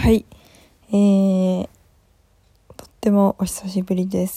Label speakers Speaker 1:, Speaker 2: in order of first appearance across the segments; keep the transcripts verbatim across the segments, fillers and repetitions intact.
Speaker 1: はい、えー、とってもお久しぶりです。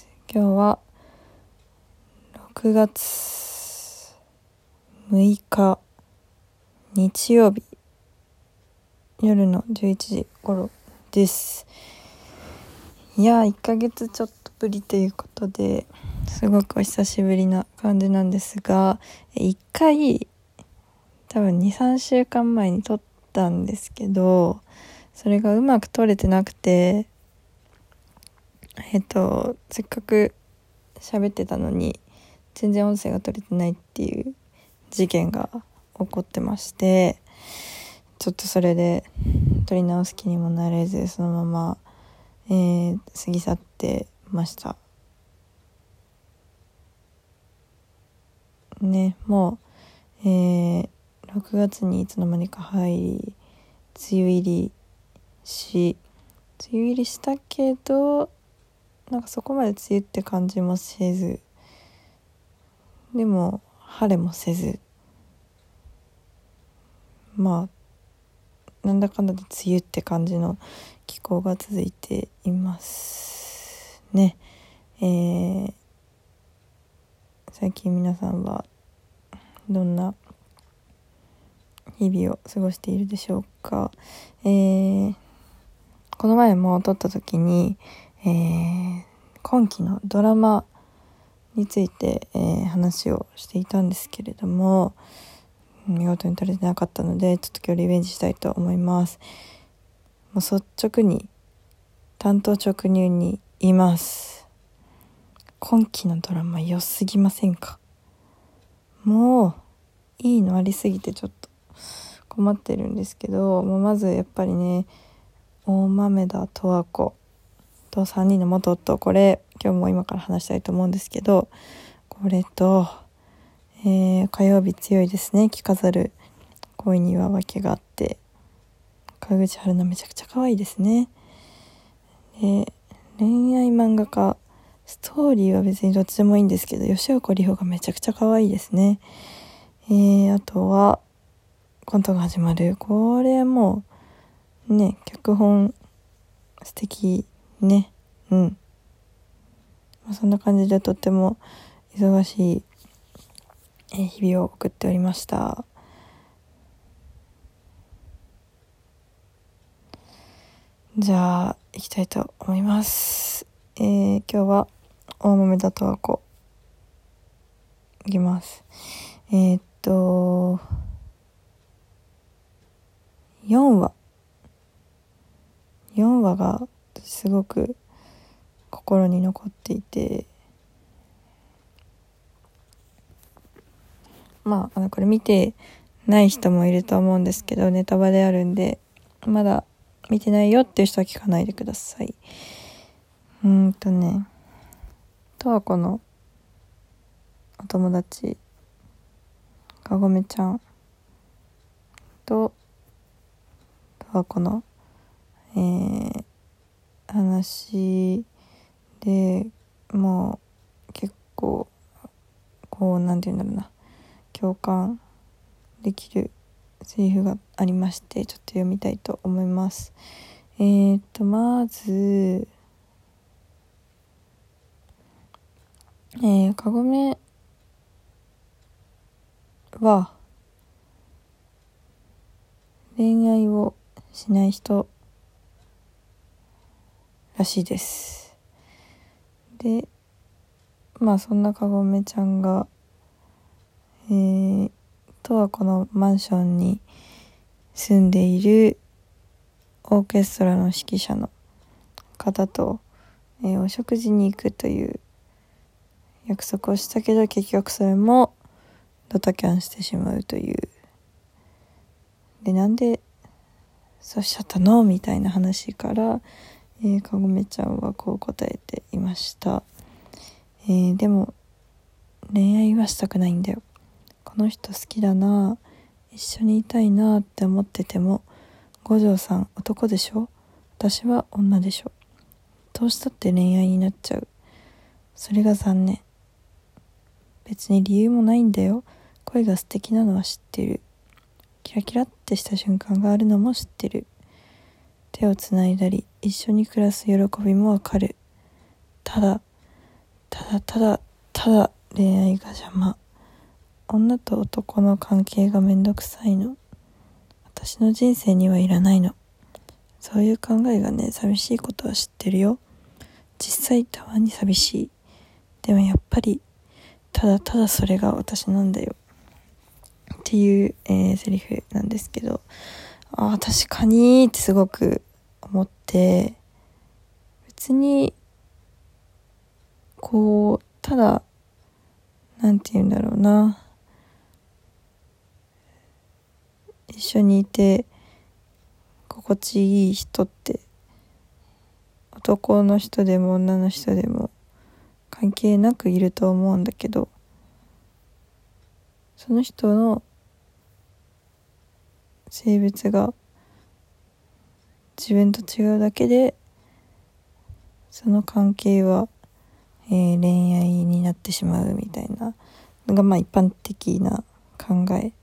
Speaker 1: 今日はろくがつむいか日曜日夜のじゅういちじ頃です。いやーいっかげつちょっとぶりということですごくお久しぶりな感じなんですが、いっかい多分 にさんしゅうかんまえに撮ったんですけど、それがうまく撮れてなくて、えっとせっかく喋ってたのに全然音声が取れてないっていう事件が起こってまして、ちょっとそれで撮り直す気にもなれず、そのまま、えー、過ぎ去ってましたね。もう、えー、ろくがつにいつの間にか入り、梅雨入りし梅雨入りしたけど、なんかそこまで梅雨って感じもせず、でも晴れもせず、まあなんだかんだで梅雨って感じの気候が続いていますね。えー、最近皆さんはどんな日々を過ごしているでしょうか。えー、この前も撮った時に、えー、今期のドラマについて、えー、話をしていたんですけれども、見事に撮れてなかったので、ちょっと今日リベンジしたいと思います。もう率直に単刀直入に言います。今期のドラマ良すぎませんか？もういいのありすぎてちょっと困ってるんですけど、もうまずやっぱりね、大豆田十和子とさんにんの元夫、これ今日も今から話したいと思うんですけど、これと、えー、火曜日強いですね。着飾る恋には訳があって、川口春奈めちゃくちゃ可愛いですね。で、恋愛漫画家、ストーリーは別にどっちでもいいんですけど、吉岡里帆がめちゃくちゃ可愛いですね。えー、あとはコントが始まる、これもね、脚本素敵ね。うん、まあ、そんな感じでとっても忙しい、えー、日々を送っておりました。じゃあ行きたいと思います。えー、今日は大豆田十和子いきます。えー、っとよんわよんわがすごく心に残っていて、まあ、あのこれ見てない人もいると思うんですけど、ネタバレあるんでまだ見てないよっていう人は聞かないでください。うーんとね十和子のお友達かごめちゃんと十和子の、えー、話で、もう結構こうなんていうんだろうな、共感できるセリフがありまして、ちょっと読みたいと思います。えーっとまず、えー、かごめは恋愛をしない人らしいです。で、まあそんなかごめちゃんが、えー、とはこのマンションに住んでいるオーケストラの指揮者の方と、えー、お食事に行くという約束をしたけど、結局それもドタキャンしてしまうという。で、なんでそうしちゃったのみたいな話から、えー、かごめちゃんはこう答えていました。えー、でも恋愛はしたくないんだよ。この人好きだな、一緒にいたいなって思ってても、五条さん男でしょ、私は女でしょ、どうしたって恋愛になっちゃう。それが残念。別に理由もないんだよ。恋が素敵なのは知ってる。キラキラってした瞬間があるのも知ってる。 手をつないだり一緒に暮らす喜びもわかる。ただただただただ恋愛が邪魔。女と男の関係がめんどくさいの。私の人生にはいらないの。そういう考えがね、寂しいことは知ってるよ。実際たまに寂しい。でもやっぱりただただそれが私なんだよっていう、えー、セリフなんですけど、ああ確かにってすごく思って、別にこうただなんて言うんだろうな、一緒にいて心地いい人って男の人でも女の人でも関係なくいると思うんだけど、その人の性別が自分と違うだけでその関係は、えー、恋愛になってしまうみたいなのがまあ一般的な考え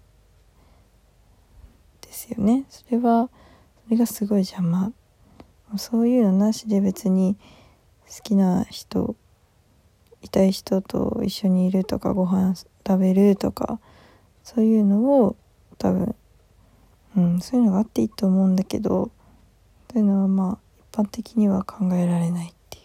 Speaker 1: ですよね。それはそれがすごい邪魔。そういうのなしで別に好きな人、いたい人と一緒にいるとかご飯食べるとかそういうのを多分、うん、そういうのがあっていいと思うんだけど、そういうのはまあ一般的には考えられないっていう、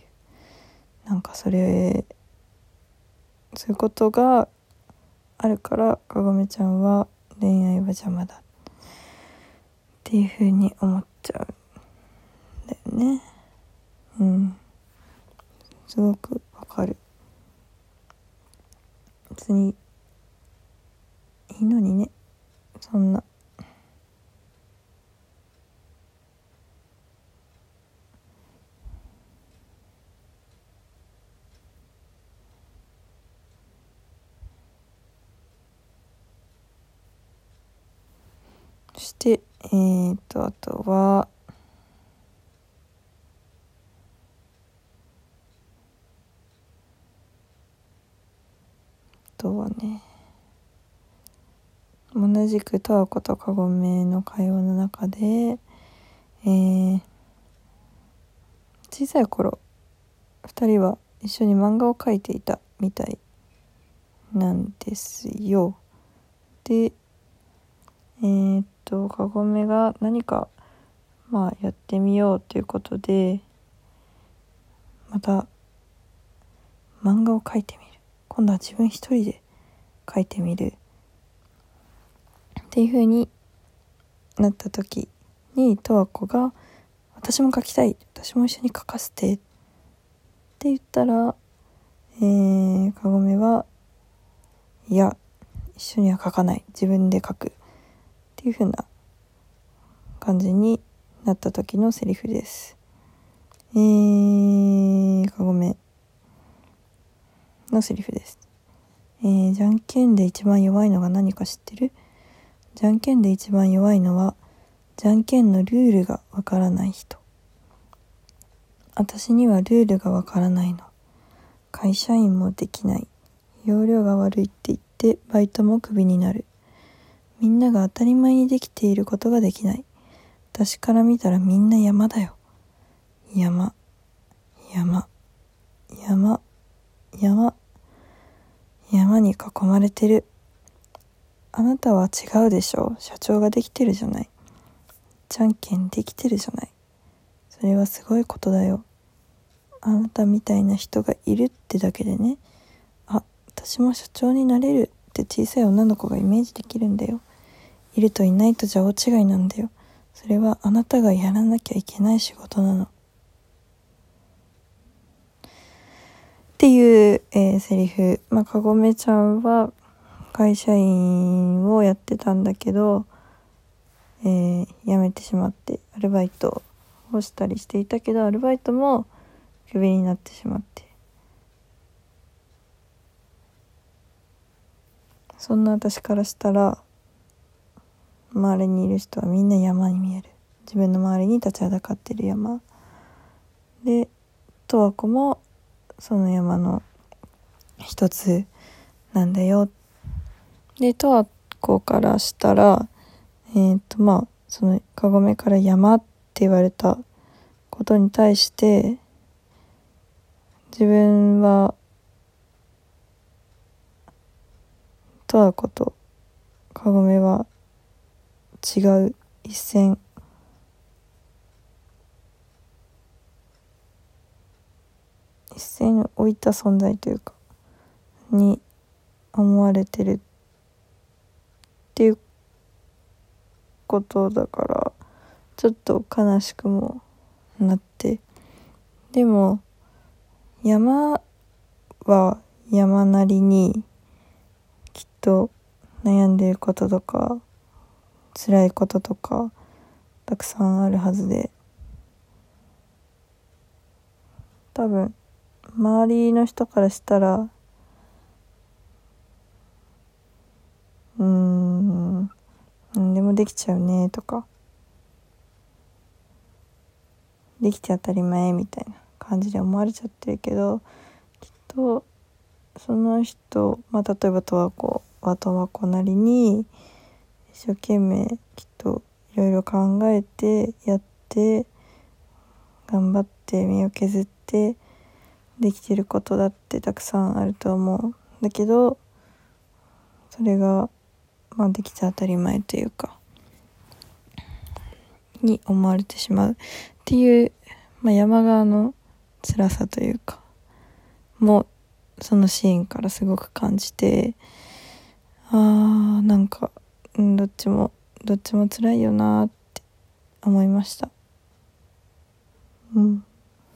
Speaker 1: なんかそれそういうことがあるからかごめちゃんは恋愛は邪魔だっていう風に思っちゃうんだよね。うん、すごくわかる。別にいいのにね、そんな。そしてえー、っとあとはあとはね同じく十和子とかごめの会話の中で、えー、小さい頃二人は一緒に漫画を描いていたみたいなんですよ。でえー、っとかごめが何かまあやってみようということでまた漫画を描いてみる、今度は自分一人で描いてみるっていう風になった時に十和子が私も描きたい、私も一緒に描かせてって言ったら、えー、かごめはいや一緒には描かない、自分で描くっていう風な感じになった時のセリフです。えー、かごめのセリフです。えー、じゃんけんで一番弱いのが何か知ってる？じゃんけんで一番弱いのはじゃんけんのルールがわからない人。私にはルールがわからないの。会社員もできない。容量が悪いって言ってバイトもクビになる。みんなが当たり前にできていることができない。私から見たらみんな山だよ。山、山、山、山、山に囲まれてる。あなたは違うでしょ。社長ができてるじゃない。じゃんけんできてるじゃない。それはすごいことだよ。あなたみたいな人がいるってだけでね、あ、私も社長になれるって小さい女の子がイメージできるんだよ。いるといないとじゃ大違いなんだよ。それはあなたがやらなきゃいけない仕事なの。っていう、えー、セリフ。まあ、かごめちゃんは会社員をやってたんだけど、えー、辞めてしまってアルバイトをしたりしていたけど、アルバイトもクビになってしまって、そんな私からしたら周りにいる人はみんな山に見える。自分の周りに立ちはだかってる山で、十和子もその山の一つなんだよ。で十和子からしたらえっとまあそのかごめから山っ言われたことに対して自分は十和子とかごめは違う一線一線を置いた存在というかに思われてるっていうことだからちょっと悲しくもなって、でも山は山なりにきっと悩んでることとか辛いこととかたくさんあるはずで、多分周りの人からしたらうーん何でもできちゃうねとかできて当たり前みたいな感じで思われちゃってるけど、きっとその人、まあ、例えば十和子は十和子なりに一生懸命きっといろいろ考えてやって頑張って身を削ってできてることだってたくさんあると思う。だけどそれがまあできて当たり前というかに思われてしまうっていう、まあ、山側の辛さというかもそのシーンからすごく感じて、あーなんか、うん、どっちもどっちも辛いよなって思いました。うん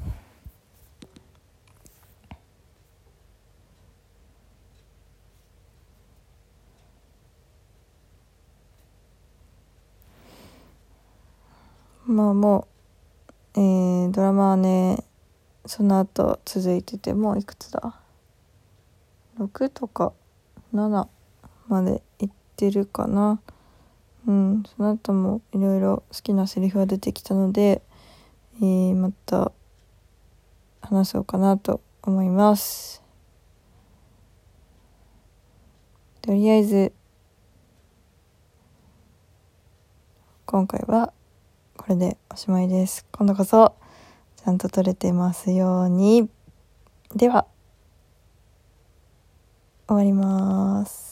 Speaker 1: まあもう、えー、ドラマはねその後続いてて、もういくつだろくとかななまでいってるかな。うんその後もいろいろ好きなセリフが出てきたので、えー、また話そうかなと思います。とりあえず今回はこれでおしまいです。今度こそちゃんと撮れてますように。では終わります。